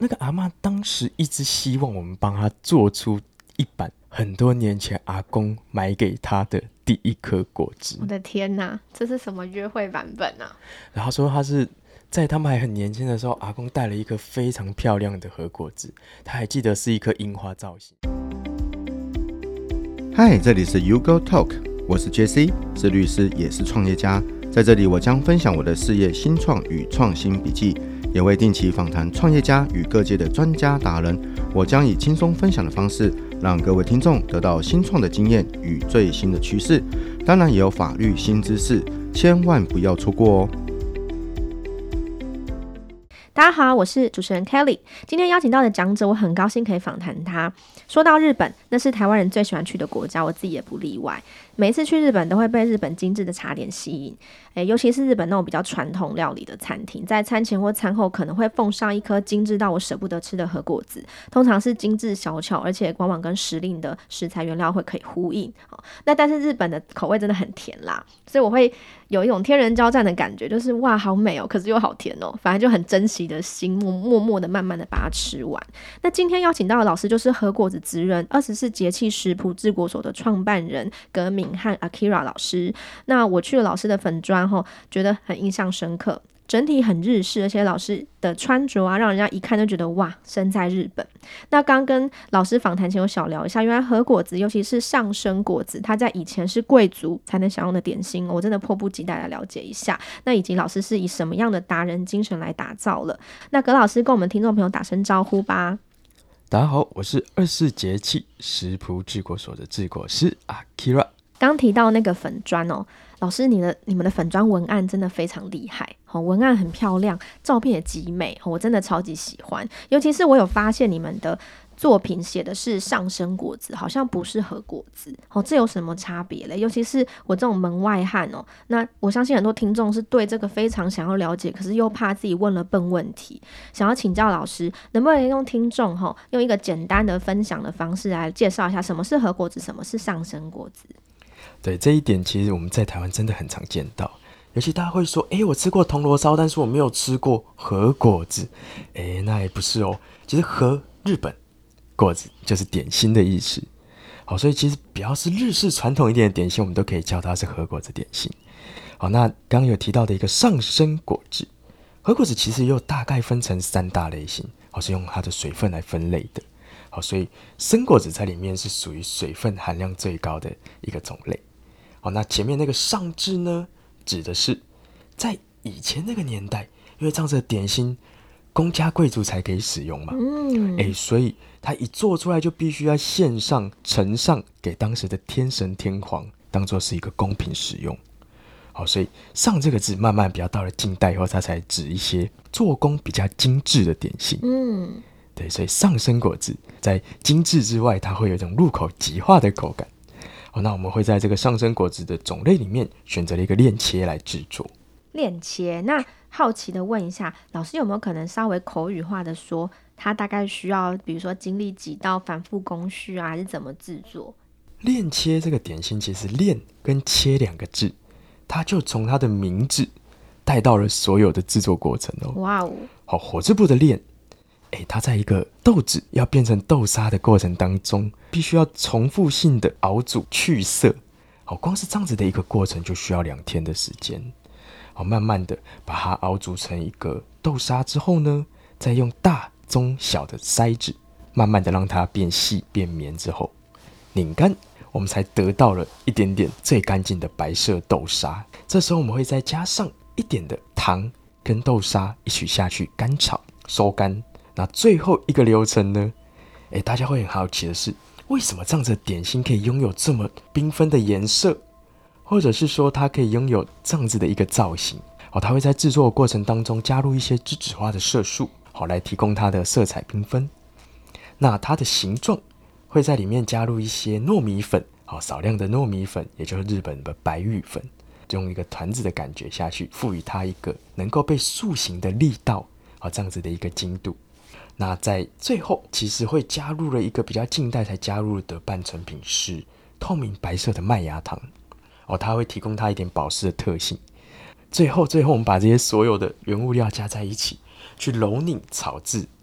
那个阿嬷当时一直希望我们帮她做出一版很多年前阿公买给她的第一颗果汁。 我的天哪，这是什么约会版本啊？ 然后说他是在他们还很年轻的时候，阿公带了一颗非常漂亮的核果子，他还记得是一颗樱花造型。 嗨，这里是 YouGo Talk， 我是 JC， 是律师也是创业家。在这里我将分享我的事业新创与创新笔记，也会定期访谈创业家与各界的专家达人。我将以轻松分享的方式，让各位听众得到新创的经验与最新的趋势，当然也有法律新知识，千万不要错过哦。 大家好，我是主持人 Kelly。今天邀请到的讲者，我很高兴可以访谈他。说到日本，那是台湾人最喜欢去的国家，我自己也不例外。每一次去日本都会被日本精致的茶点吸引，尤其是日本那种比较传统料理的餐厅，在餐前或餐后可能会奉上一颗精致到我舍不得吃的和果子，通常是精致小巧，而且往往跟时令的食材原料会可以呼应。那但是日本的口味真的很甜辣，所以我会有一种天人交战的感觉，就是哇好美哦，可是又好甜哦，反正就很珍惜的心，默默的慢慢的把它吃完。那今天邀请到的老师就是和果子职人24节气食谱治国所的创办人葛敏汉 Akira 老师。那我去了老师的粉专后，觉得很印象深刻，整体很日式，而且老师的穿着啊，让人家一看就觉得哇，身在日本。那刚跟老师访谈前有小聊一下，原来和果子，尤其是上生果子，它在以前是贵族才能享用的点心，我真的迫不及待来了解一下。那以及老师是以什么样的达人精神来打造了？那葛老师跟我们听众朋友打声招呼吧。 大家好，我是24节气食谱治国所的治国师 Akira。 刚提到那个粉专哦，老师你们的粉专文案真的非常厉害，文案很漂亮，照片也极美，我真的超级喜欢。尤其是我有发现你们的作品写的是上生果子，好像不是和果子，这有什么差别嘞？尤其是我这种门外汉哦，那我相信很多听众是对这个非常想要了解，可是又怕自己问了笨问题，想要请教老师，能不能用听众用一个简单的分享的方式来介绍一下什么是和果子，什么是上生果子？ 对，这一点其实我们在台湾真的很常见到，尤其大家会说我吃过铜锣烧，但是我没有吃过和果子。那也不是哦，其实和日本果子就是点心的意思。好，所以其实只要是日式传统一点的点心，我们都可以叫它是和果子点心。好，那刚刚有提到的一个上生果子，和果子其实又大概分成3大类型，是用它的水分来分类的。好，所以生果子在里面是属于水分含量最高的一个种类。好，那前面那个上制呢，指的是在以前那个年代，因为这样子的点心公家贵族才可以使用嘛，所以它一做出来就必须要献上呈上给当时的天神天皇，当作是一个公平使用。好，所以上这个字慢慢比较到了近代以后，它才指一些做工比较精致的点心。对，所以上生果子在精致之外，它会有一种入口即化的口感。好，那我们会在这个上生果子的种类里面选择了一个链切来制作。 链切，那好奇的问一下，老师有没有可能稍微口语化的说，它大概需要比如说经历几道反复工序啊，还是怎么制作？ 链切这个点心，其实链跟切2个字，它就从它的名字带到了所有的制作过程哦。 哇哦！ 好，火字部的链，它在一个豆子要变成豆沙的过程当中，必须要重复性的熬煮去色。好，光是这样子的一个过程就需要2天的时间。好，慢慢的把它熬煮成一个豆沙之后呢，再用大、中、小的筛子，慢慢的让它变细变绵之后，拧干，我们才得到了一点点最干净的白色豆沙。这时候我们会再加上一点的糖跟豆沙一起下去干炒收干。那最后一个流程呢，大家会很好奇的是，为什么这样子的点心可以拥有这么缤纷的颜色，或者是说它可以拥有这样子的一个造型？它会在制作的过程当中加入一些栀子花的色素，来提供它的色彩缤纷。那它的形状会在里面加入一些糯米粉，少量的糯米粉，也就是日本的白玉粉，用一个团子的感觉下去，赋予它一个能够被塑形的力道，这样子的一个精度。那在最后其实会加入了一个比较近代才加入的半成品，是透明白色的麦芽糖。它会提供它一点保湿的特性。最后我们把这些所有的原物料加在一起，去揉拧炒制，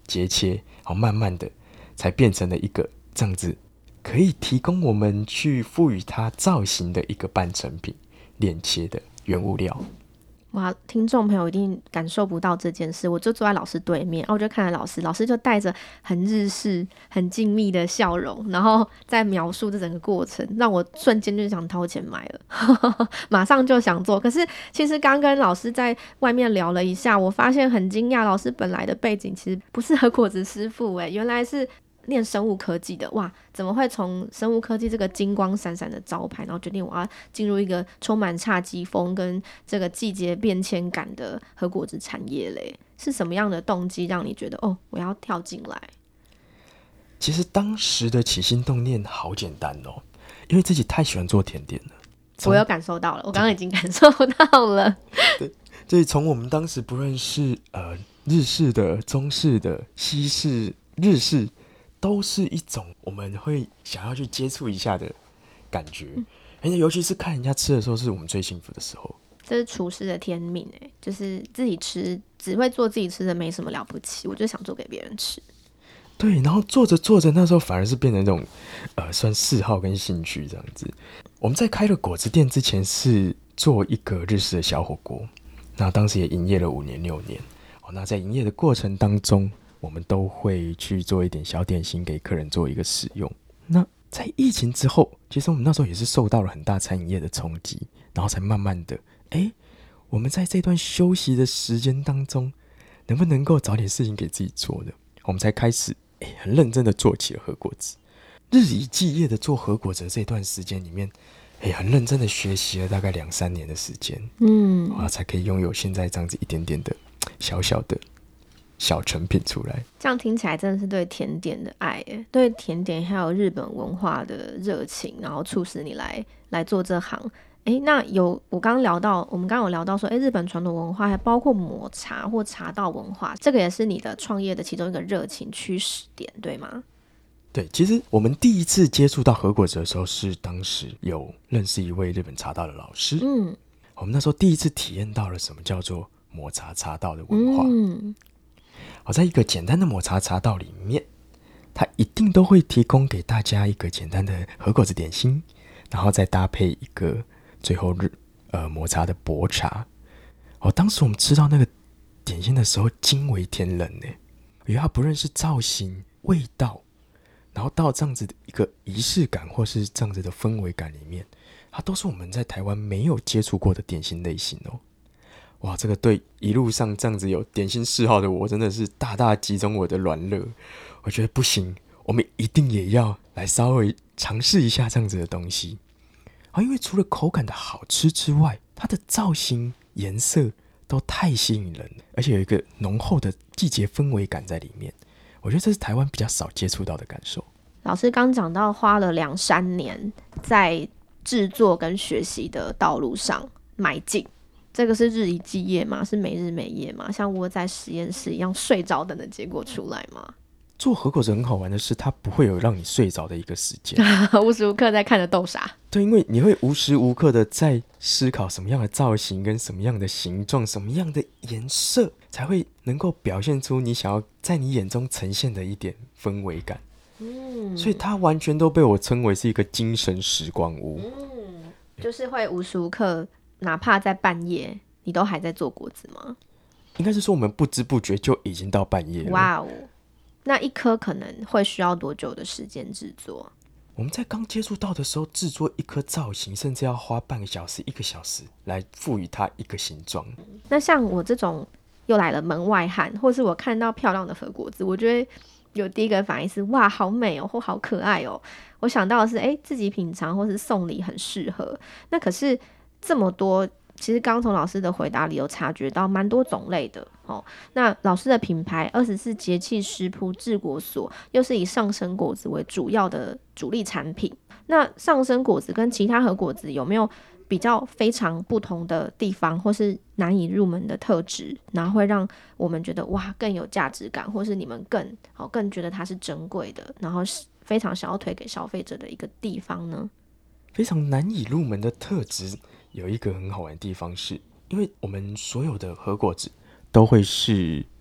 节切，好慢慢的才变成了一个这样子可以提供我们去赋予它造型的一个半成品链切的原物料。 哇，听众朋友一定感受不到这件事，我就坐在老师对面，我就看着老师，老师就带着很日式、很静谧的笑容，然后在描述这整个过程，让我瞬间就想掏钱买了，马上就想做。可是其实刚跟老师在外面聊了一下，我发现很惊讶，老师本来的背景其实不是和果子师傅，原来是念生物科技的。哇，怎么会从生物科技这个金光闪闪的招牌，然后决定我要进入一个充满侘寂风跟这个季节变迁感的和果子产业嘞？是什么样的动机让你觉得我要跳进来？ 其实当时的起心动念好简单哦，因为自己太喜欢做甜点了。 我有感受到了，我刚刚已经感受到了。 对，所以从我们当时不论是日式的、中式的、西式、日式，都是一种我们会想要去接触一下的感觉。尤其是看人家吃的时候，是我们最幸福的时候。 这是厨师的天命就是自己吃，只会做自己吃的没什么了不起，我就想做给别人吃。 对，然后做着做着，那时候反而是变成这种算嗜好跟兴趣这样子。我们在开了果子店之前是做一个日式的小火锅，那当时也营业了5年6年。那在营业的过程当中，我们都会去做一点小点心给客人做一个使用。那在疫情之后，其实我们那时候也是受到了很大餐饮业的冲击，然后才慢慢的我们在这段休息的时间当中，能不能够找点事情给自己做的，我们才开始很认真的做起了和果子。日以继夜的做和果子的这段时间里面，很认真的学习了大概2-3年的时间，才可以拥有现在这样子一点点的小小的小成品出来。 这样听起来真的是对甜点的爱对甜点还有日本文化的热情，然后促使你来做这行。那我们刚刚有聊到说日本传统文化还包括抹茶或茶道文化，这个也是你的创业的其中一个热情驱使点，对吗？ 对，其实我们第一次接触到和果子的时候，是当时有认识一位日本茶道的老师。我们那时候第一次体验到了什么叫做抹茶茶道的文化。在一个简单的抹茶茶道里面，它一定都会提供给大家一个简单的和果子点心，然后再搭配一个最后抹茶的薄茶。当时我们吃到那个点心的时候惊为天人因为它不论是造型、味道，然后到这样子的一个仪式感或是这样子的氛围感里面，它都是我们在台湾没有接触过的点心类型哇，这个对一路上这样子有点心嗜好的我，真的是大大集中我的软热。我觉得不行，我们一定也要来稍微尝试一下这样子的东西。因为除了口感的好吃之外，它的造型、颜色都太吸引人了，而且有一个浓厚的季节氛围感在里面。我觉得这是台湾比较少接触到的感受。 老师刚讲到花了2-3年在制作跟学习的道路上迈进，这个是日以继夜吗？是没日没夜吗？像窝在实验室一样睡着等的结果出来吗？ 做和果子很好玩的是，它不会有让你睡着的一个时间， 无时无刻在看着豆沙。 对，因为你会无时无刻的在思考什么样的造型跟什么样的形状、什么样的颜色才会能够表现出你想要在你眼中呈现的一点氛围感。所以它完全都被我称为是一个精神时光屋。 就是会无时无刻，哪怕在半夜，你都还在做果子吗？ 应该是说我们不知不觉就已经到半夜了。 哇哦！那一颗可能会需要多久的时间制作？ 我们在刚接触到的时候，制作一颗造型，甚至要花半个小时、1个小时来赋予它一个形状。 那像我这种又来了门外汉，或是我看到漂亮的和果子，我觉得有第一个反应是哇，好美哦，或好可爱哦。我想到的是，自己品尝或是送礼很适合。那可是这么多。其实刚从老师的回答里有察觉到蛮多种类的那老师的品牌24节气食谱制果所又是以上生果子为主要的主力产品。那上生果子跟其他和果子有没有比较非常不同的地方，或是难以入门的特质，然后会让我们觉得哇更有价值感，或是你们更觉得它是珍贵的，然后非常想要推给消费者的一个地方呢？ 非常难以入门的特质有一个很好玩的地方是，因为我们所有的和果子都会是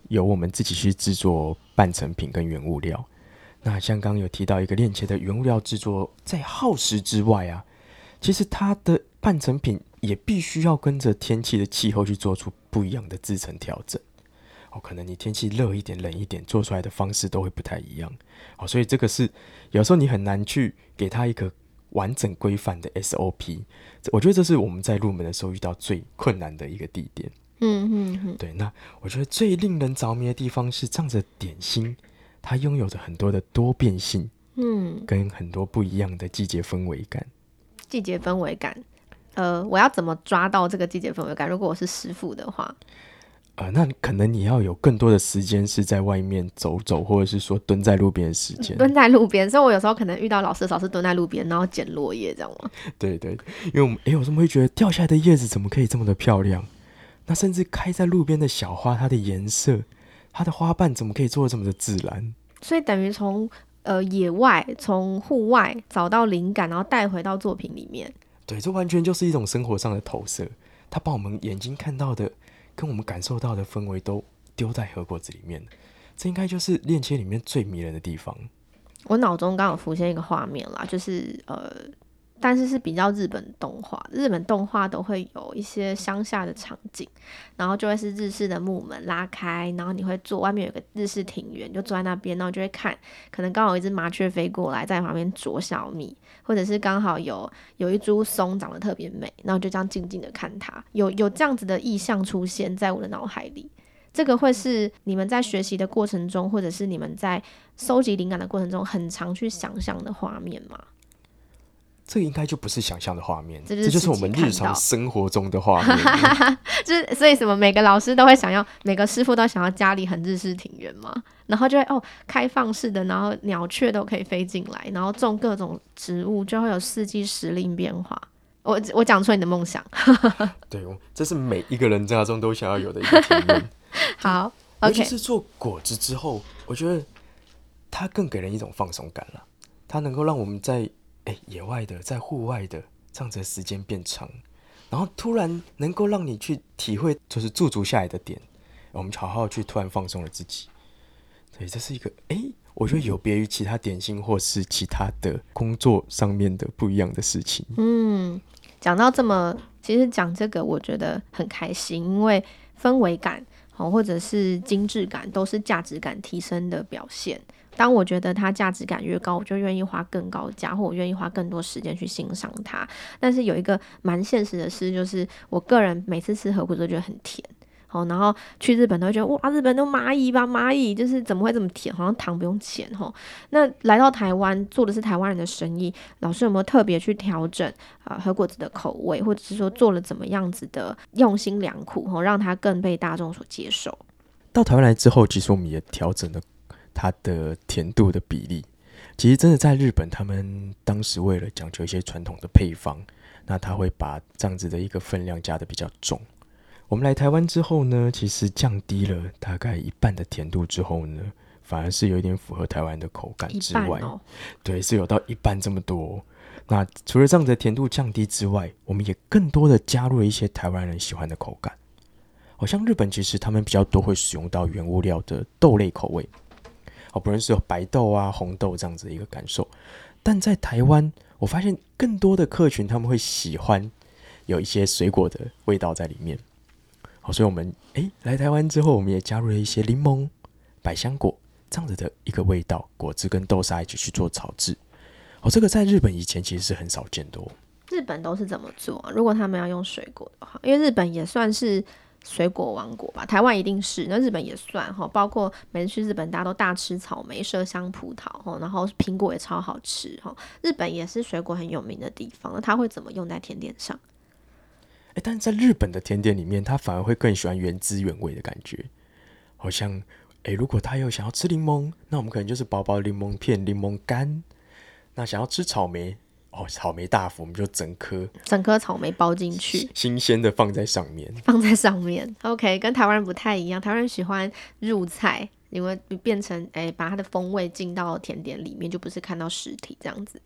由我们自己去制作半成品跟原物料。那像刚刚有提到一个链切的原物料制作，在耗时之外啊，其实它的半成品也必须要跟着天气的气候去做出不一样的制程调整。可能你天气热一点冷一点，做出来的方式都会不太一样。所以这个是有时候你很难去给它一个完整规范的 SOP。 我觉得这是我们在入门的时候遇到最困难的一个地点。对，那我觉得最令人着迷的地方是这样子的点心，它拥有着很多的多变性，跟很多不一样的季节氛围感。 季节氛围感，我要怎么抓到这个季节氛围感？如果我是师傅的话， 那可能你要有更多的时间是在外面走走，或者是说蹲在路边的时间。 蹲在路边，所以我有时候可能遇到老师蹲在路边，然后捡落叶，这样吗？ 对对，因为我们有时候会觉得掉下来的叶子怎么可以这么的漂亮？那甚至开在路边的小花，它的颜色，它的花瓣怎么可以做得这么的自然？ 所以等于从野外、从户外找到灵感，然后带回到作品里面。 对，这完全就是一种生活上的投射。它把我们眼睛看到的跟我们感受到的氛围都丢在和果子里面，这应该就是链切里面最迷人的地方。 我脑中刚好浮现一个画面啦，就是但是是比较日本动画，日本动画都会有一些乡下的场景，然后就会是日式的木门拉开，然后你会坐外面有个日式庭园，就坐在那边，然后就会看，可能刚好有一只麻雀飞过来，在旁边啄小米，或者是刚好有一株松长得特别美，然后就这样静静的看它，有这样子的意象出现在我的脑海里。这个会是你们在学习的过程中，或者是你们在收集灵感的过程中很常去想象的画面吗？ 这个应该就不是想象的画面， 这就是我们日常生活中的画面。 就是所以什么每个老师都会想要，每个师傅都想要家里很日式庭园嘛，然后就会开放式的，然后鸟雀都可以飞进来，然后种各种植物，就会有四季时令变化。我讲出你的梦想。 对，这是每一个人家中都想要有的一个体验。 好， 尤其是做果子之后，我觉得它更给人一种放松感了。它能够让我们在野外的，在户外的这样子的时间变长，然后突然能够让你去体会，就是驻足下来的点，我们好好去突然放松了自己。对，这是一个我觉得有别于其他点心或是其他的工作上面的不一样的事情。 讲到这么，其实讲这个我觉得很开心，因为氛围感或者是精致感都是价值感提升的表现。当我觉得它价值感越高，我就愿意花更高价，或我愿意花更多时间去欣赏它。但是有一个蛮现实的事，就是我个人每次吃和果子都觉得很甜。然后去日本都会觉得哇，日本都蚂蚁吧，蚂蚁就是怎么会这么甜，好像糖不用钱。那来到台湾做的是台湾人的生意，老师有没有特别去调整和果子的口味，或者是说做了怎么样子的用心良苦，让它更被大众所接受？ 到台湾来之后，其实我们也调整了它的甜度的比例。其实真的在日本，他们当时为了讲究一些传统的配方，那他会把这样子的一个分量加得比较重。我们来台湾之后呢，其实降低了大概一半的甜度之后呢，反而是有一点符合台湾的口感之外，对，是有到一半这么多。那除了这样的甜度降低之外，我们也更多的加入了一些台湾人喜欢的口感。好像日本其实他们比较多会使用到原物料的豆类口味，不论是有白豆啊、红豆这样子的一个感受。但在台湾，我发现更多的客群他们会喜欢有一些水果的味道在里面。所以我们来台湾之后，我们也加入了一些柠檬、百香果这样子的一个味道，果汁跟豆沙一起去做炒制。这个在日本以前其实是很少见的。 日本都是怎么做啊？如果他们要用水果的话，因为日本也算是水果王国吧，台湾一定是，那日本也算，包括每次去日本大家都大吃草莓、麝香葡萄，然后苹果也超好吃。日本也是水果很有名的地方，那它会怎么用在甜点上？ 但是在日本的甜点里面，他反而会更喜欢原汁原味的感觉。好像如果他有想要吃柠檬，那我们可能就是薄薄的柠檬片、柠檬干。那想要吃草莓，草莓大福，我们就整颗草莓包进去， 新鲜的放在上面。 OK， 跟台湾人不太一样，台湾人喜欢入菜，因为变成把它的风味进到甜点里面，就不是看到实体这样子。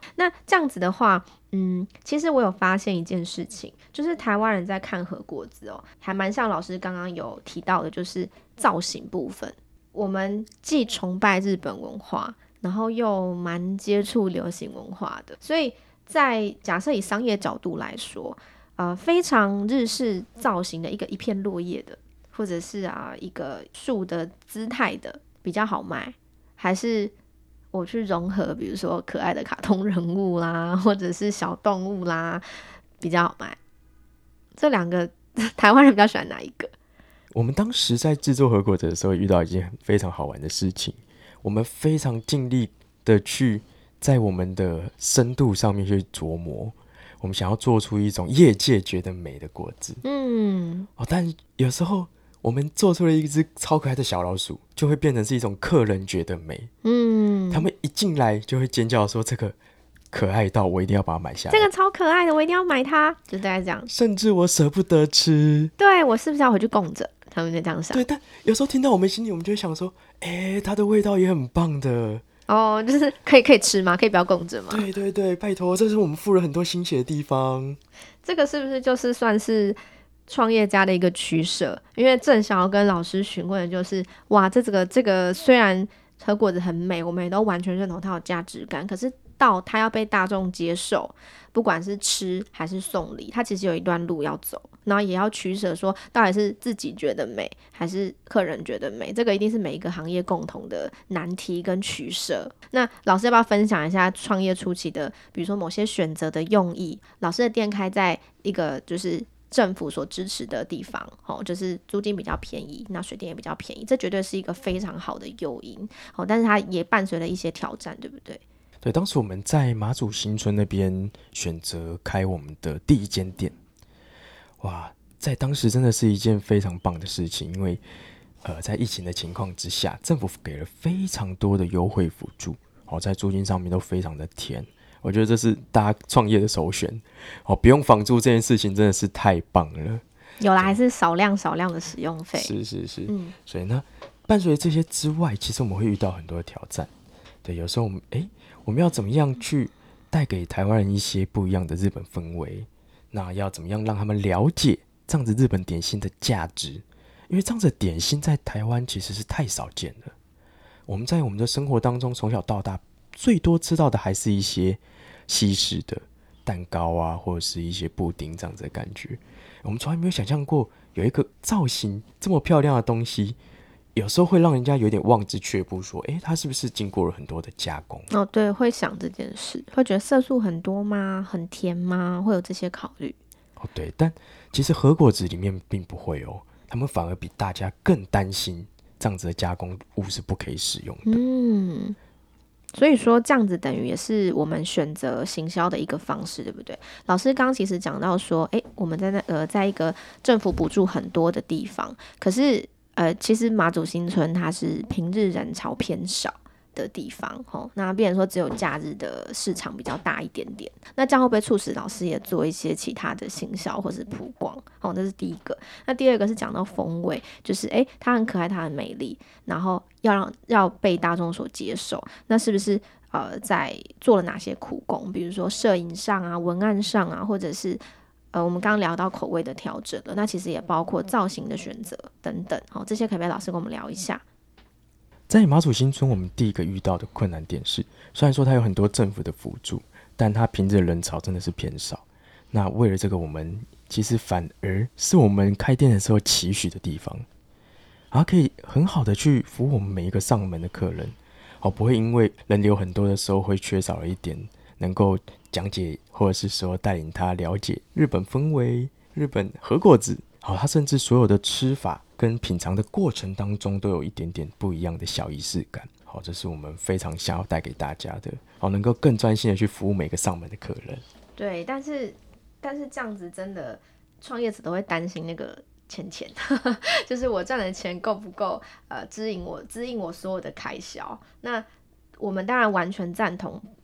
那这样子的话，其实我有发现一件事情，就是台湾人在看和果子哦，还蛮像老师刚刚有提到的，就是造型部分。我们既崇拜日本文化，然后又蛮接触流行文化的，所以在假设以商业角度来说，非常日式造型的一片落叶的，或者是一个树的姿态的比较好卖，还是我去融合比如说可爱的卡通人物啦，或者是小动物啦比较好卖？这两个台湾人比较喜欢哪一个？ 我们当时在制作和果子的时候遇到一件非常好玩的事情，我们非常尽力的去在我们的深度上面去琢磨，我们想要做出一种业界觉得美的果子。但有时候我们做出了一只超可爱的小老鼠，就会变成是一种客人觉得美。他们一进来就会尖叫说这个可爱到我一定要把它买下来， 这个超可爱的我一定要买它，就大概这样。 甚至我舍不得吃， 对，我是不是要回去供着？他们就这样想。 对，但有时候听到我们心里，我们就会想说，它的味道也很棒的。 就是可以吃吗？可以不要供着吗？ 对对对，拜托，这是我们付了很多心血的地方。 这个是不是就是算是创业家的一个取舍？因为正想要跟老师询问的就是，哇，这个虽然和果子很美，我们也都完全认同它有价值感，可是到它要被大众接受，不管是吃还是送礼，它其实有一段路要走，然后也要取舍说到底是自己觉得美还是客人觉得美，这个一定是每一个行业共同的难题跟取舍。那老师要不要分享一下创业初期的比如说某些选择的用意？老师的店开在一个就是政府所支持的地方，就是租金比较便宜，那水电也比较便宜，这绝对是一个非常好的诱因，但是它也伴随了一些挑战，对不对？ 对，当时我们在马祖新村那边选择开我们的第一间店，哇，在当时真的是一件非常棒的事情，因为在疫情的情况之下，政府给了非常多的优惠辅助，在租金上面都非常的甜，我觉得这是大家创业的首选，不用房租这件事情真的是太棒了。 有啦，还是少量的使用费。 是，所以呢，伴随这些之外，其实我们会遇到很多的挑战。对，有时候我们要怎么样去带给台湾人一些不一样的日本氛围？那要怎么样让他们了解这样子日本点心的价值？因为这样子的点心在台湾其实是太少见了。我们在我们的生活当中从小到大最多吃到的还是一些西式的蛋糕啊，或者是一些布丁这样子的感觉。我们从来没有想象过有一个造型这么漂亮的东西，有时候会让人家有点望之却步，说它是不是经过了很多的加工？ 对，会想这件事，会觉得色素很多吗？很甜吗？会有这些考虑。 对，但其实和果子里面并不会他们反而比大家更担心这样子的加工物是不可以使用的。 所以说这样子等于也是我们选择行销的一个方式，对不对？老师刚其实讲到说，我们在一个政府补助很多的地方，可是其实马祖新村它是平日人潮偏少的地方，那变成说只有假日的市场比较大一点点，那这样会不会促使老师也做一些其他的行销或是曝光？这是第一个。那第二个是讲到风味，就是它很可爱，它很美丽，然后要被大众所接受，那是不是在做了哪些苦工？比如说摄影上啊、文案上啊，或者是我们刚刚聊到口味的调整了，那其实也包括造型的选择等等，这些可不可以老师跟我们聊一下？ 在马祖新村，我们第一个遇到的困难点是，虽然说它有很多政府的辅助，但它平日的人潮真的是偏少。那为了这个，我们其实反而是我们开店的时候期许的地方，然后可以很好的去服务我们每一个上门的客人，不会因为人流很多的时候会缺少了一点能够讲解或者是说带领他了解日本氛围、日本和果子，它甚至所有的吃法跟品尝的过程当中都有一点点不一样的小仪式感。这是我们非常想要带给大家的，能够更专心的去服务每个上门的客人。 对，但是这样子真的创业者都会担心那个钱就是我赚的钱够不够支应我所有的开销。那我们当然完全赞同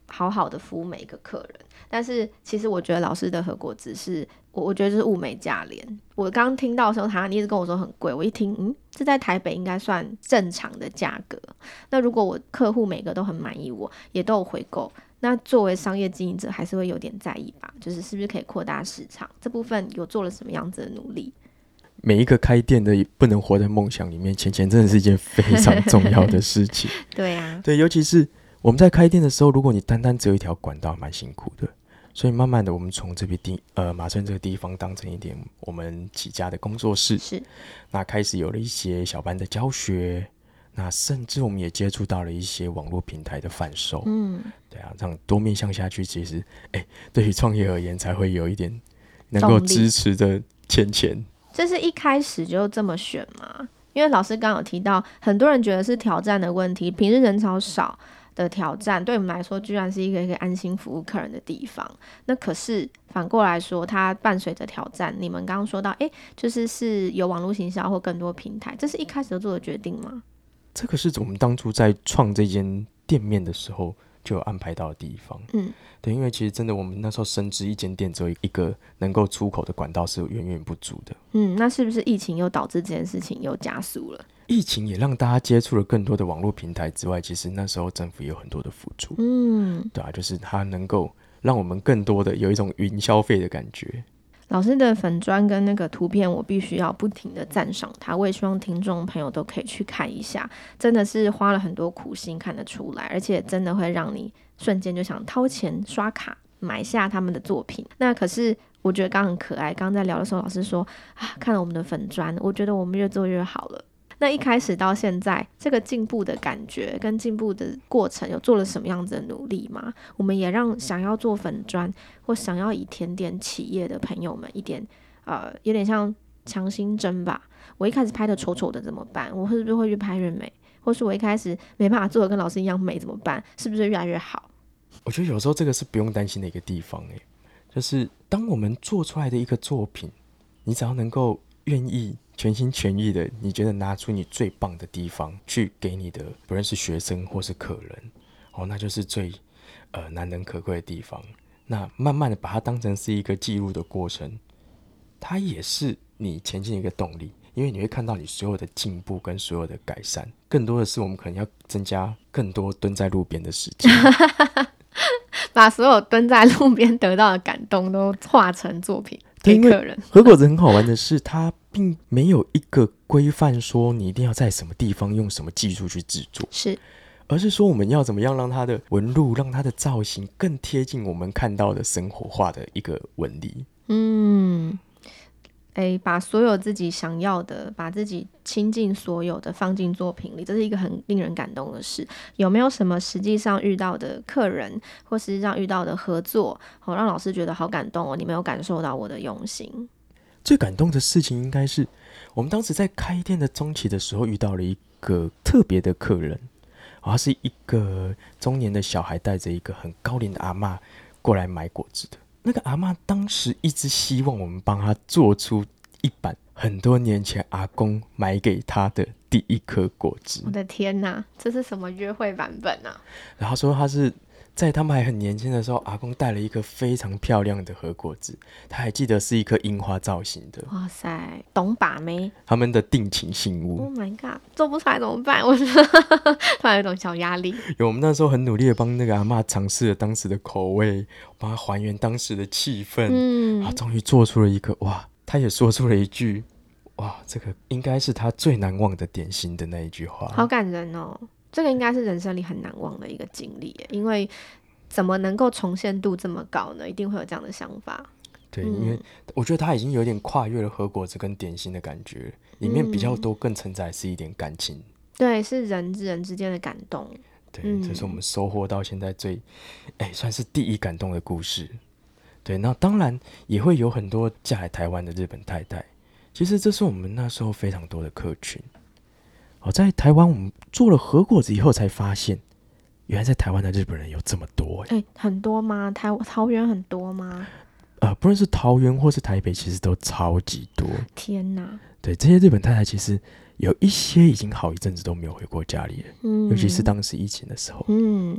好好的服务每一个客人。但是其实我觉得老师的和果子是我觉得就是物美价廉。我刚听到的时候你一直跟我说很贵，我一听这在台北应该算正常的价格。那如果我客户每个都很满意，我也都有回购，那作为商业经营者还是会有点在意吧，就是是不是可以扩大市场，这部分有做了什么样子的努力？ 每一个开店的不能活在梦想里面，钱真的是一件非常重要的事情。 对啊， 对，尤其是我们在开店的时候，如果你单单只有一条管道，蛮辛苦的。所以慢慢的，我们从这边马村这个地方当成一点我们起家的工作室， 是那开始有了一些小班的教学，那甚至我们也接触到了一些网络平台的贩售。对啊，这样多面向下去，其实对于创业而言，才会有一点能够支持的钱。 这是一开始就这么选吗？因为老师刚刚有提到，很多人觉得是挑战的问题，平日人潮少的挑战，对我们来说居然是一个可以安心服务客人的地方。那可是反过来说，它伴随着挑战，你们刚刚说到就是有网络行销或更多平台，这是一开始就做的决定吗？ 这个是我们当初在创这间店面的时候就有安排到的地方。对，因为其实真的我们那时候深知一间店只有一个能够出口的管道是远远不足的。 那是不是疫情又导致这件事情又加速了？ 疫情也让大家接触了更多的网络平台之外，其实那时候政府也有很多的辅助。对啊，就是它能够让我们更多的有一种云消费的感觉。 老师的粉专跟那个图片，我必须要不停的赞赏他，我也希望听众朋友都可以去看一下，真的是花了很多苦心看得出来，而且真的会让你瞬间就想掏钱刷卡买下他们的作品。那可是我觉得刚刚很可爱，刚刚在聊的时候老师说看了我们的粉专，我觉得我们越做越好了。那一开始到现在这个进步的感觉跟进步的过程有做了什么样子的努力吗？我们也让想要做粉专或想要以甜点企业的朋友们一点有点像强心针吧。我一开始拍的丑丑的怎么办？我是不是会越拍越美？或是我一开始没办法做的跟老师一样美怎么办？是不是越来越好？ 我觉得有时候这个是不用担心的一个地方就是当我们做出来的一个作品，你只要能够愿意全心全意的，你觉得拿出你最棒的地方去给你的不论是学生或是客人那就是最难能可贵的地方。那慢慢的把它当成是一个记录的过程，它也是你前进的一个动力，因为你会看到你所有的进步跟所有的改善。更多的是我们可能要增加更多蹲在路边的时间把所有蹲在路边得到的感动都化成作品给客人。 和果子很好玩的是，它并没有一个规范说你一定要在什么地方用什么技术去制作，而是说我们要怎么样让它的纹路让它的造型更贴近我们看到的生活化的一个纹理。 把所有自己想要的，把自己倾尽所有的放进作品里，这是一个很令人感动的事。有没有什么实际上遇到的客人或实际上遇到的合作让老师觉得好感动你没有感受到我的用心？ 最感动的事情应该是我们当时在开店的中期的时候遇到了一个特别的客人他是一个中年的小孩带着一个很高龄的阿嬷过来买果子的。那个阿嬷当时一直希望我们帮她做出一版很多年前阿公买给她的第一颗果子。 我的天哪，这是什么约会版本啊？ 然后说他是在他们还很年轻的时候，阿公带了一颗非常漂亮的和果子，他还记得是一颗樱花造型的。 哇塞，懂把妹， 他们的定情信物。 Oh my god， 做不出来怎么办？我突然有一种小压力。 我们那时候很努力的帮那个阿嬷尝试了当时的口味，帮他还原当时的气氛，然后终于做出了一个他也说出了一句这个应该是他最难忘的点心的那一句话。 好感人哦，这个应该是人生里很难忘的一个经历耶，因为怎么能够重现度这么高呢？一定会有这样的想法。 对，因为我觉得他已经有点跨越了和果子跟点心的感觉，里面比较多更承载是一点感情。 对，是人之人之间的感动。 对，这是我们收获到现在最算是第一感动的故事。对，那当然也会有很多嫁来台湾的日本太太，其实这是我们那时候非常多的客群。在台湾我们做了和果子以后才发现，原来在台湾的日本人有这么多很多吗？桃园很多吗？ 不论是桃园或是台北，其实都超级多。 天哪！ 对，这些日本太太其实有一些已经好一阵子都没有回过家里了，尤其是当时疫情的时候。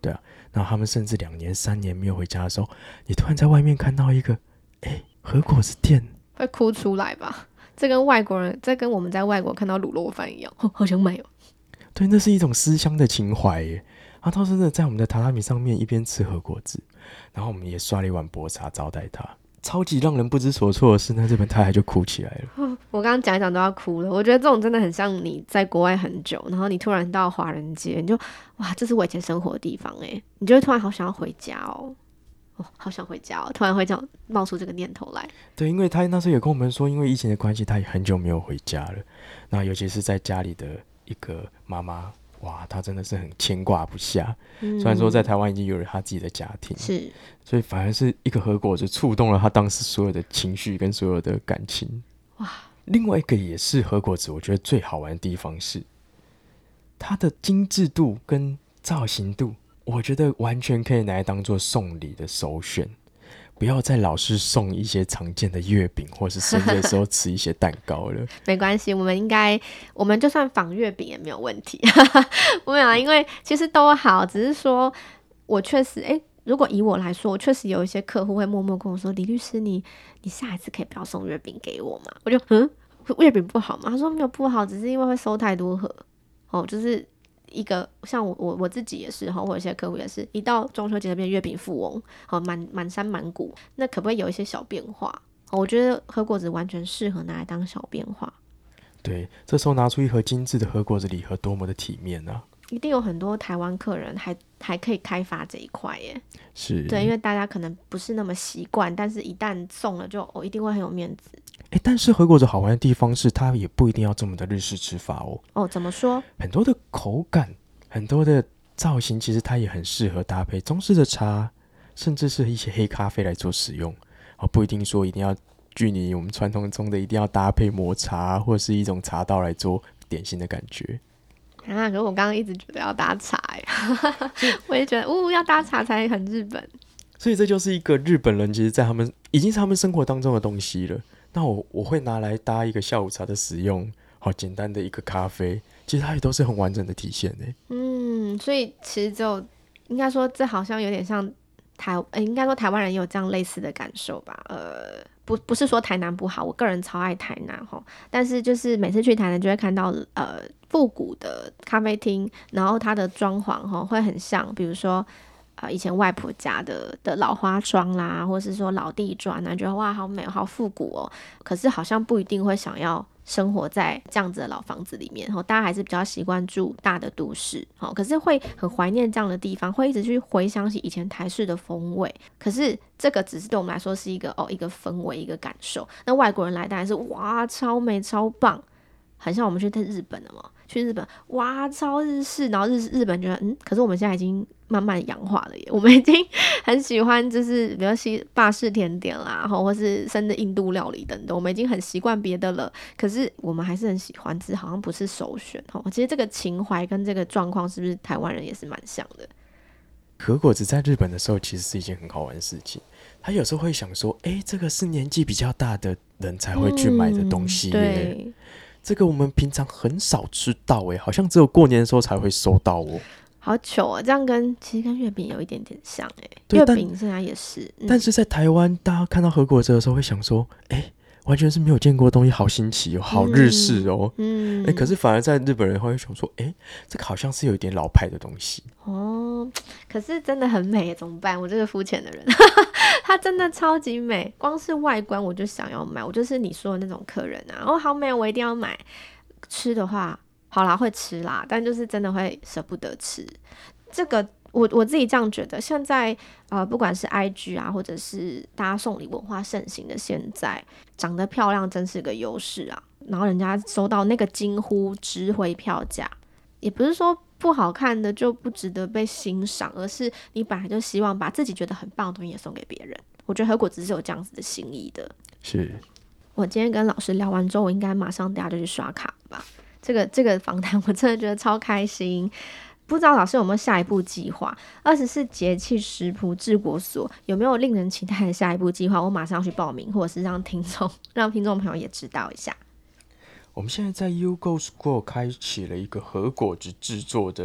对啊，然后他们甚至2年3年没有回家的时候，你突然在外面看到一个和果子店， 会哭出来吧？这跟我们在外国看到卤肉饭一样，好想买哦。 对，那是一种思乡的情怀耶。他倒真的在我们的榻榻米上面一边吃和果子，然后我们也刷了一碗薄茶招待他。超级让人不知所措的是，那日本太太就哭起来了。 我刚刚讲一讲都要哭了。我觉得这种真的很像你在国外很久，然后你突然到华人街，你就哇，这是我以前生活的地方哎，你就会突然好想要回家哦。好想回家哦！突然会这样冒出这个念头来。 对，因为他那时候也跟我们说，因为疫情的关系，他也很久没有回家了。那尤其是在家里的一个妈妈，哇，她真的是很牵挂不下。虽然说在台湾已经有了他自己的家庭， 是， 所以反而是一个和果子触动了他当时所有的情绪跟所有的感情。 哇！ 另外一个也是和果子，我觉得最好玩的地方是它的精致度跟造型度。我觉得完全可以拿来当做送礼的首选，不要再老是送一些常见的月饼，或是生日的时候吃一些蛋糕了。 没关系，我们就算仿月饼也没有问题。没有啊，因为其实都好，只是说我确实如果以我来说，我确实有一些客户会默默跟我说：“李律师，你下一次可以不要送月饼给我吗？”我就月饼不好吗？他说没有不好，只是因为会收太多盒就是一个像我自己也是我有些客户也是一到中秋节就变月饼富翁满山满谷，那可不可以有一些小变化？我觉得和果子完全适合拿来当小变化。 对，这时候拿出一盒精致的和果子礼盒，多么的体面啊！ 一定有很多台湾客人还可以开发这一块耶。 是， 对，因为大家可能不是那么习惯，但是一旦送了就一定会很有面子。 但是和果子好玩的地方是，它也不一定要这么的日式吃法怎么说？ 很多的口感，很多的造型，其实它也很适合搭配中式的茶，甚至是一些黑咖啡来做使用。不一定说一定要距离我们传统中的一定要搭配抹茶或是一种茶道来做点心的感觉。 可是我刚刚一直觉得要搭茶我也觉得要搭茶才很日本。 所以这就是一个日本人其实在已经是他们生活当中的东西了。那我会拿来搭一个下午茶的使用，好简单的一个咖啡，其实它也都是很完整的体现所以其实应该说这好像有点像应该说台湾人也有这样类似的感受吧。不是说台南不好，我个人超爱台南但是就是每次去台南就会看到复古的咖啡厅，然后它的装潢会很像，比如说以前外婆家的老花窗啦，或是说老地砖啊，觉得哇好美好复古可是好像不一定会想要生活在这样子的老房子里面大家还是比较习惯住大的都市可是会很怀念这样的地方，会一直去回想起以前台式的风味。可是这个只是对我们来说是一个氛围，一个感受。那外国人来当然是哇超美超棒，很像我们去日本了嘛，去日本哇超日式，然后日本觉得可是我们现在已经慢慢洋化了耶，我们已经很喜欢就是比如法式甜点啦，或是甚至印度料理等等，我们已经很习惯别的了，可是我们还是很喜欢，只是好像不是首选其实这个情怀跟这个状况是不是台湾人也是蛮像的？ 和果子在日本的时候其实是一件很好玩的事情，他有时候会想说这个是年纪比较大的人才会去买的东西耶， 对， 这个我们平常很少吃到好像只有过年的时候才会收到好糗这样其实跟月饼有一点点像月饼现在也是但是在台湾大家看到和果子的时候会想说完全是没有见过的东西，好新奇好日式可是反而在日本人会想说这个好像是有一点老派的东西可是真的很美怎么办？我这个肤浅的人它真的超级美，光是外观我就想要买，我就是你说的那种客人好美我一定要买。吃的话好啦会吃啦，但就是真的会舍不得吃。这个我自己这样觉得，现在不管是 IG 啊，或者是大家送礼文化盛行的现在，长得漂亮真是个优势啊。然后人家收到那个惊呼值回票价，也不是说不好看的就不值得被欣赏，而是你本来就希望把自己觉得很棒的东西也送给别人。我觉得和果子是有这样子的心意的。 是我今天跟老师聊完之后，我应该马上等下就去刷卡吧。这个访谈我真的觉得超开心。不知道老师有没有下一步计划？24节气食谱治国所有没有令人期待的下一步计划？我马上要去报名，或者是让听众朋友也知道一下。 我们现在在 YouGo School 开启了一个和果子制作的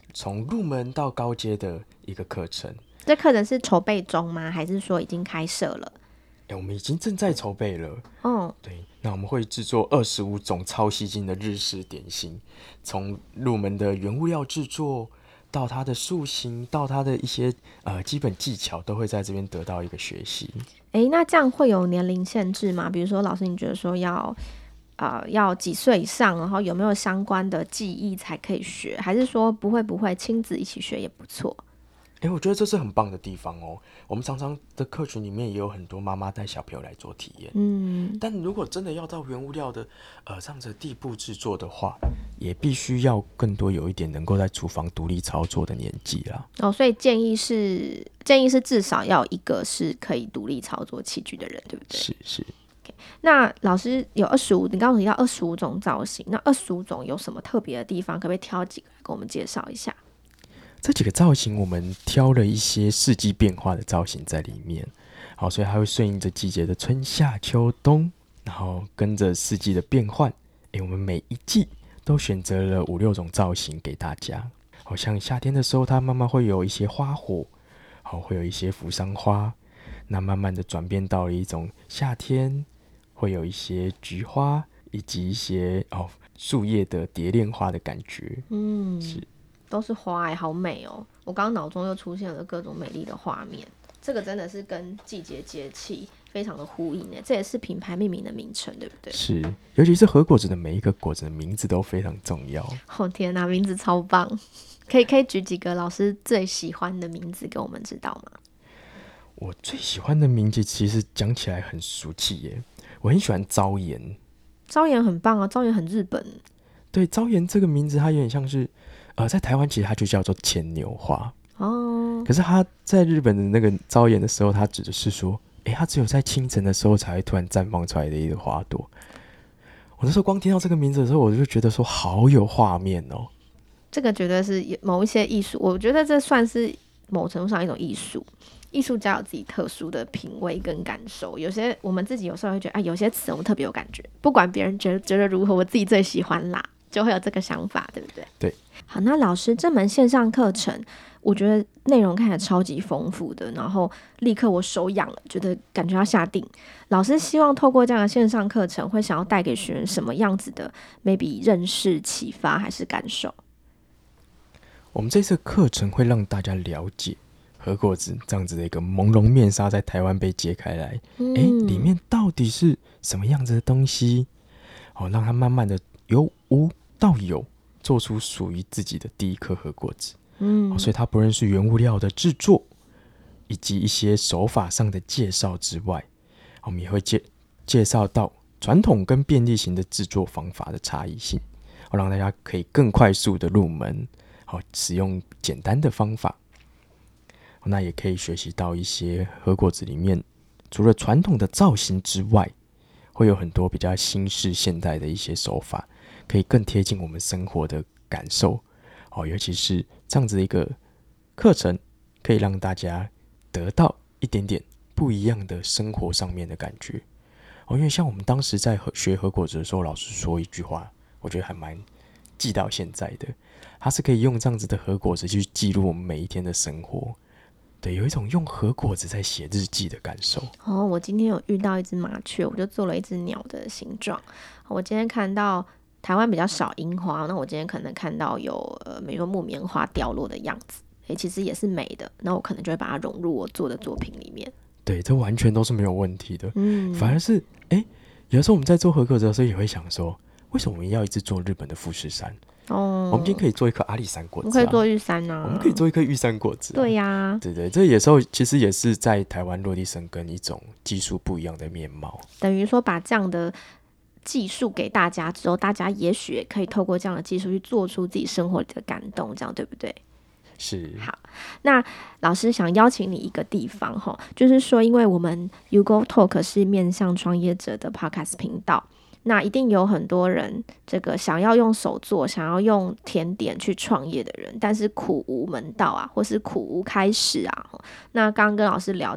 从入门到高阶的一个课程。 这课程是筹备中吗？还是说已经开设了？ 我们已经正在筹备了。对，那我们会制作25种超吸睛的日式点心，从入门的原物料制作到它的塑形，到它的一些基本技巧，都会在这边得到一个学习。 那这样会有年龄限制吗？比如说老师你觉得说要几岁以上，然后有没有相关的技艺才可以学，还是说不会亲子一起学也不错？ 我觉得这是很棒的地方哦。我们常常的客群里面也有很多妈妈带小朋友来做体验，但如果真的要到原物料的这样子的地步制作的话，也必须要更多有一点能够在厨房独立操作的年纪啦。 所以建议是至少要有一个是可以独立操作器具的人，对不对？ 是。 那老师有你刚刚提到25种造型，那25种有什么特别的地方？可不可以挑几个来跟我们介绍一下？ 这几个造型我们挑了一些四季变化的造型在里面，好，所以它会顺应着季节的春夏秋冬，然后跟着四季的变换。我们每一季都选择了5、6种造型给大家。好像夏天的时候，它慢慢会有一些花火，好，会有一些扶桑花，那慢慢的转变到了一种夏天会有一些菊花，以及一些树叶的蝶恋花的感觉。是。 都是花好美哦！我刚刚脑中又出现了各种美丽的画面，这个真的是跟季节节气非常的呼应耶，这也是品牌命名的名称，对不对？是， 尤其是和果子的每一个果子的名字都非常重要。 天哪，名字超棒！可以举几个老师最喜欢的名字给我们知道吗？ 我最喜欢的名字其实讲起来很俗气耶，我很喜欢朝颜。 朝颜很棒啊，朝颜很日本。 对，朝颜这个名字它有点像是在台湾其实它就叫做牵牛花可是它在日本的那个朝颜的时候，它指的是说它只有在清晨的时候才会突然绽放出来的一个花朵。我那时候光听到这个名字的时候，我就觉得说好有画面哦。 这个绝对是某一些艺术，我觉得这算是某程度上一种艺术。艺术家有自己特殊的品味跟感受，有些我们自己有时候会觉得有些词我们特别有感觉，不管别人觉得如何，我自己最喜欢啦，就会有这个想法，对不对？ 对。 好，那老师这门线上课程，我觉得内容看起来超级丰富的，然后立刻我手痒了，觉得感觉要下定。老师希望透过这样的线上课程，会想要带给学员什么样子的 maybe 认识、启发还是感受？ 我们这次课程会让大家了解和果子这样子的一个朦胧面纱在台湾被揭开来，里面到底是什么样子的东西？让它慢慢的由无到有，做出属于自己的第一颗和果子。所以它不论是原物料的制作，以及一些手法上的介绍之外，我们也会介绍到传统跟便利型的制作方法的差异性，让大家可以更快速的入门，使用简单的方法。那也可以学习到一些和果子里面除了传统的造型之外，会有很多比较新式现代的一些手法，可以更贴近我们生活的感受。尤其是这样子的一个课程，可以让大家得到一点点不一样的生活上面的感觉。因为像我们当时在学和果子的时候，老师说一句话，我觉得还蛮记到现在的，它是可以用这样子的和果子去记录我们每一天的生活。对，有一种用和果子在写日记的感受。 我今天有遇到一只麻雀，我就做了一只鸟的形状。我今天看到台湾比较少樱花，那我今天可能看到有比如说木棉花掉落的样子，其实也是美的，那我可能就会把它融入我做的作品里面。 对，这完全都是没有问题的。反而是有时候我们在做和果子的时候也会想说，为什么我们要一直做日本的富士山？我们今天可以做一颗阿里山果子， 我们可以做玉山啊， 我们可以做一颗玉山果子。 对呀， 对，这有时候其实也是在台湾落地生根一种技术不一样的面貌。 等于说把这样的技术给大家之后，大家也许也可以透过这样的技术去做出自己生活里的感动，这样对不对？ 是。 好，那老师想邀请你一个地方，就是说因为我们 YouGo Talk 是面向创业者的 podcast 频道，那一定有很多人这个想要用手做，想要用甜点去创业的人，但是苦无门道啊，或是苦无开始啊。那刚刚跟老师聊，这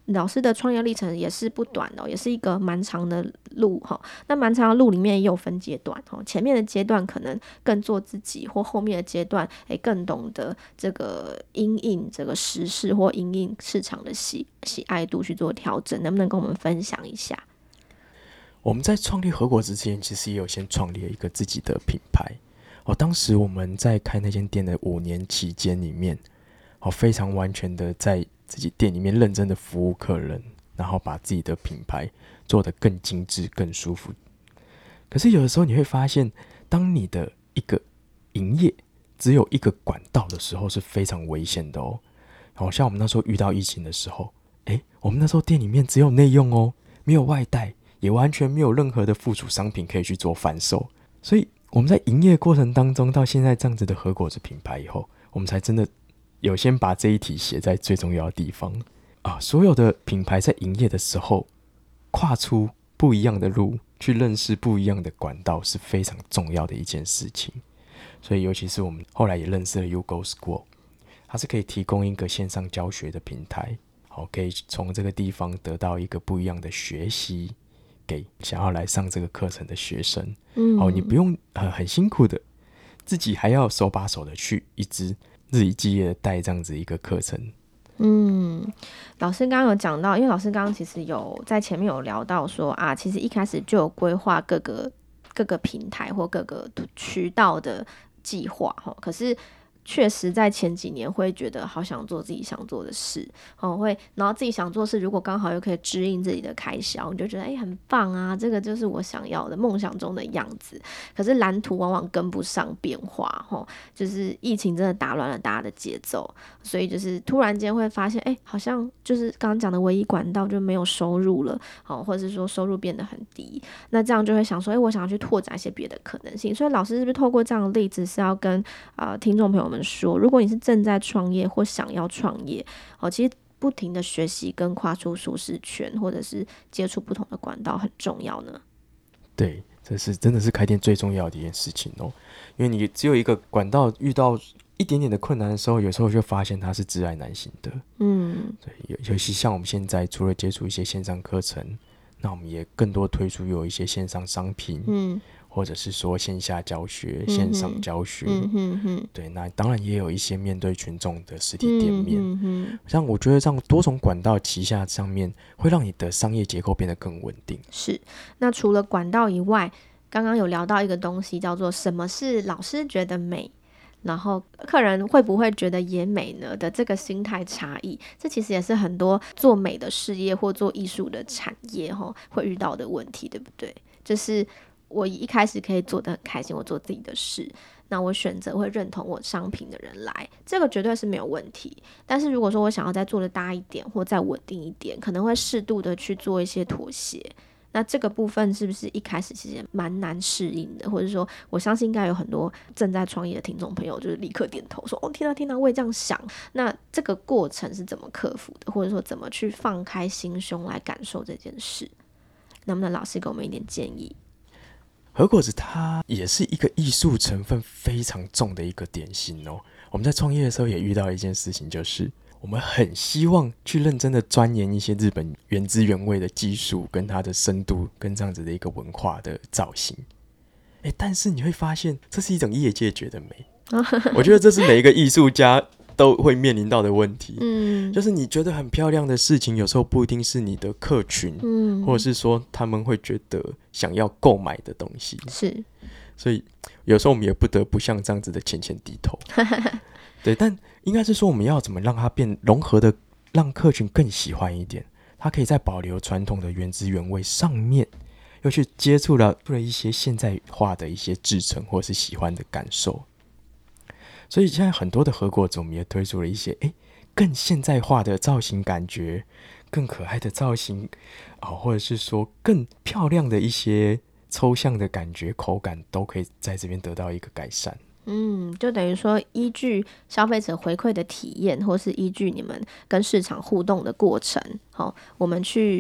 老师的创业历程也是不短的，也是一个蛮长的路哈。那蛮长的路里面也有分阶段哈，前面的阶段可能更做自己，或后面的阶段更懂得这个因应这个时事或因应市场的喜爱度去做调整，能不能跟我们分享一下？ 我们在创立和果子之前，其实也有先创立了一个自己的品牌。当时我们在开那间店的5年期间里面，非常完全的在自己店里面认真的服务客人，然后把自己的品牌做得更精致、更舒服。可是有的时候你会发现，当你的一个营业只有一个管道的时候，是非常危险的哦。像我们那时候遇到疫情的时候，我们那时候店里面只有内用哦，没有外带，也完全没有任何的附属商品可以去做贩售。所以我们在营业过程当中，到现在这样子的和果子品牌以后，我们才真的有先把这一题写在最重要的地方啊！所有的品牌在营业的时候，跨出不一样的路，去认识不一样的管道，是非常重要的一件事情。所以尤其是我们后来也认识了 YouGo School， 它是可以提供一个线上教学的平台，可以从这个地方得到一个不一样的学习，给想要来上这个课程的学生。你不用很辛苦的，自己还要手把手的去一直日以继夜的带这样子一个课程。 老师刚刚有讲到，因为老师刚刚其实有在前面有聊到说啊，其实一开始就有规划各个平台或各个渠道的计划，可是确实在前几年会觉得好想做自己想做的事，然后自己想做的事如果刚好又可以支应自己的开销，你就觉得很棒啊，这个就是我想要的梦想中的样子。可是蓝图往往跟不上变化，就是疫情真的打乱了大家的节奏，所以就是突然间会发现好像就是刚刚讲的唯一管道就没有收入了，或者是说收入变得很低，那这样就会想说我想要去拓展一些别的可能性。所以老师是不是透过这样的例子是要跟听众朋友们说，如果你是正在创业或想要创业，其实不停的学习跟跨出舒适圈，或者是接触不同的管道很重要呢？ 对，这是真的是开店最重要的一件事情哦。因为你只有一个管道，遇到一点点的困难的时候，有时候就发现它是窒碍难行的。对，尤其像我们现在除了接触一些线上课程，那我们也更多推出有一些线上商品，或者是说线下教学、线上教学，对，那当然也有一些面对群众的实体店面。像我觉得这样多种管道旗下上面，会让你的商业结构变得更稳定。 是，那除了管道以外，刚刚有聊到一个东西叫做什么是老师觉得美，然后客人会不会觉得也美呢的这个心态差异，这其实也是很多做美的事业或做艺术的产业会遇到的问题，对不对？就是我一开始可以做得很开心，我做自己的事，那我选择会认同我商品的人来，这个绝对是没有问题。但是如果说我想要再做得大一点或再稳定一点，可能会适度的去做一些妥协，那这个部分是不是一开始其实也蛮难适应的？或者说我相信应该有很多正在创业的听众朋友就是立刻点头说天哪我也这样想。那这个过程是怎么克服的，或者说怎么去放开心胸来感受这件事？能不能老师给我们一点建议？ 和果子它也是一个艺术成分非常重的一个点心哦。我们在创业的时候也遇到一件事情，就是我们很希望去认真的钻研一些日本原汁原味的技术跟它的深度跟这样子的一个文化的造型，但是你会发现这是一种业界觉得美我觉得这是每一个艺术家都会面临到的问题，就是你觉得很漂亮的事情，有时候不一定是你的客群，或者是说他们会觉得想要购买的东西， 是， 所以有时候我们也不得不像这样子的浅浅低头对，但应该是说我们要怎么让它变融合的，让客群更喜欢一点，它可以在保留传统的原汁原味上面，又去接触了一些现代化的一些制成或是喜欢的感受。所以现在很多的和果子我们也推出了一些更现代化的造型感觉，更可爱的造型，或者是说更漂亮的一些抽象的感觉口感，都可以在这边得到一个改善。 就等于说依据消费者回馈的体验，或是依据你们跟市场互动的过程，我们去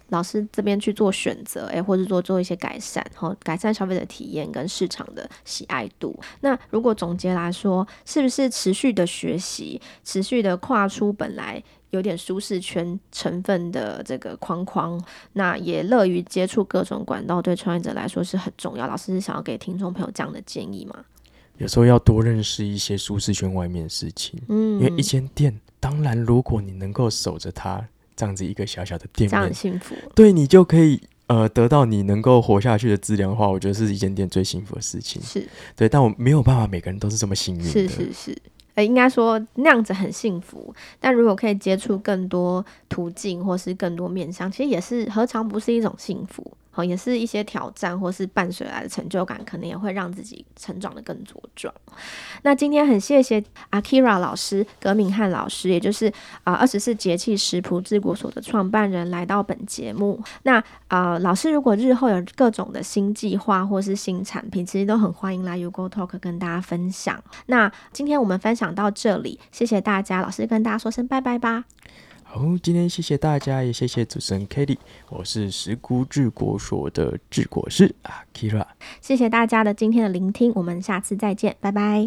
老师这边去做选择，或者做一些改善，改善消费者体验跟市场的喜爱度。那如果总结来说，是不是持续的学习，持续的跨出本来有点舒适圈成分的这个框框，那也乐于接触各种管道，对创业者来说是很重要。老师是想要给听众朋友这样的建议吗？ 有时候要多认识一些舒适圈外面的事情，因为一间店，当然如果你能够守着它这样子一个小小的店面， 这样很幸福， 对，你就可以得到你能够活下去的质量的话，我觉得是一间店最幸福的事情。 是， 对，但我没有办法每个人都是这么幸运的。 是，应该说那样子很幸福，但如果可以接触更多途径或是更多面向，其实也是何尝不是一种幸福，也是一些挑战或是伴随来的成就感，可能也会让自己成长得更茁壮。那今天很谢谢 Akira 老师、葛敏汉老师，也就是24节气食谱治国所的创办人，来到本节目。那老师如果日后有各种的新计划或是新产品，其实都很欢迎来 YouGoTalk 跟大家分享。那今天我们分享到这里，谢谢大家，老师跟大家说声拜拜吧。 好，今天谢谢大家，也谢谢主持人 Kelly， 我是食谷治国所的治国师Akira。 谢谢大家的今天的聆听，我们下次再见，拜拜。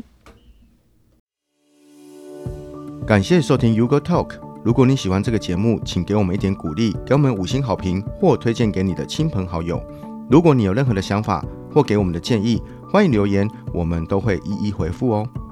感谢收听 YouGoTalk。如果你喜欢这个节目，请给我们一点鼓励，给我们5星好评，或推荐给你的亲朋好友。如果你有任何的想法或给我们的建议，欢迎留言，我们都会一一回复哦。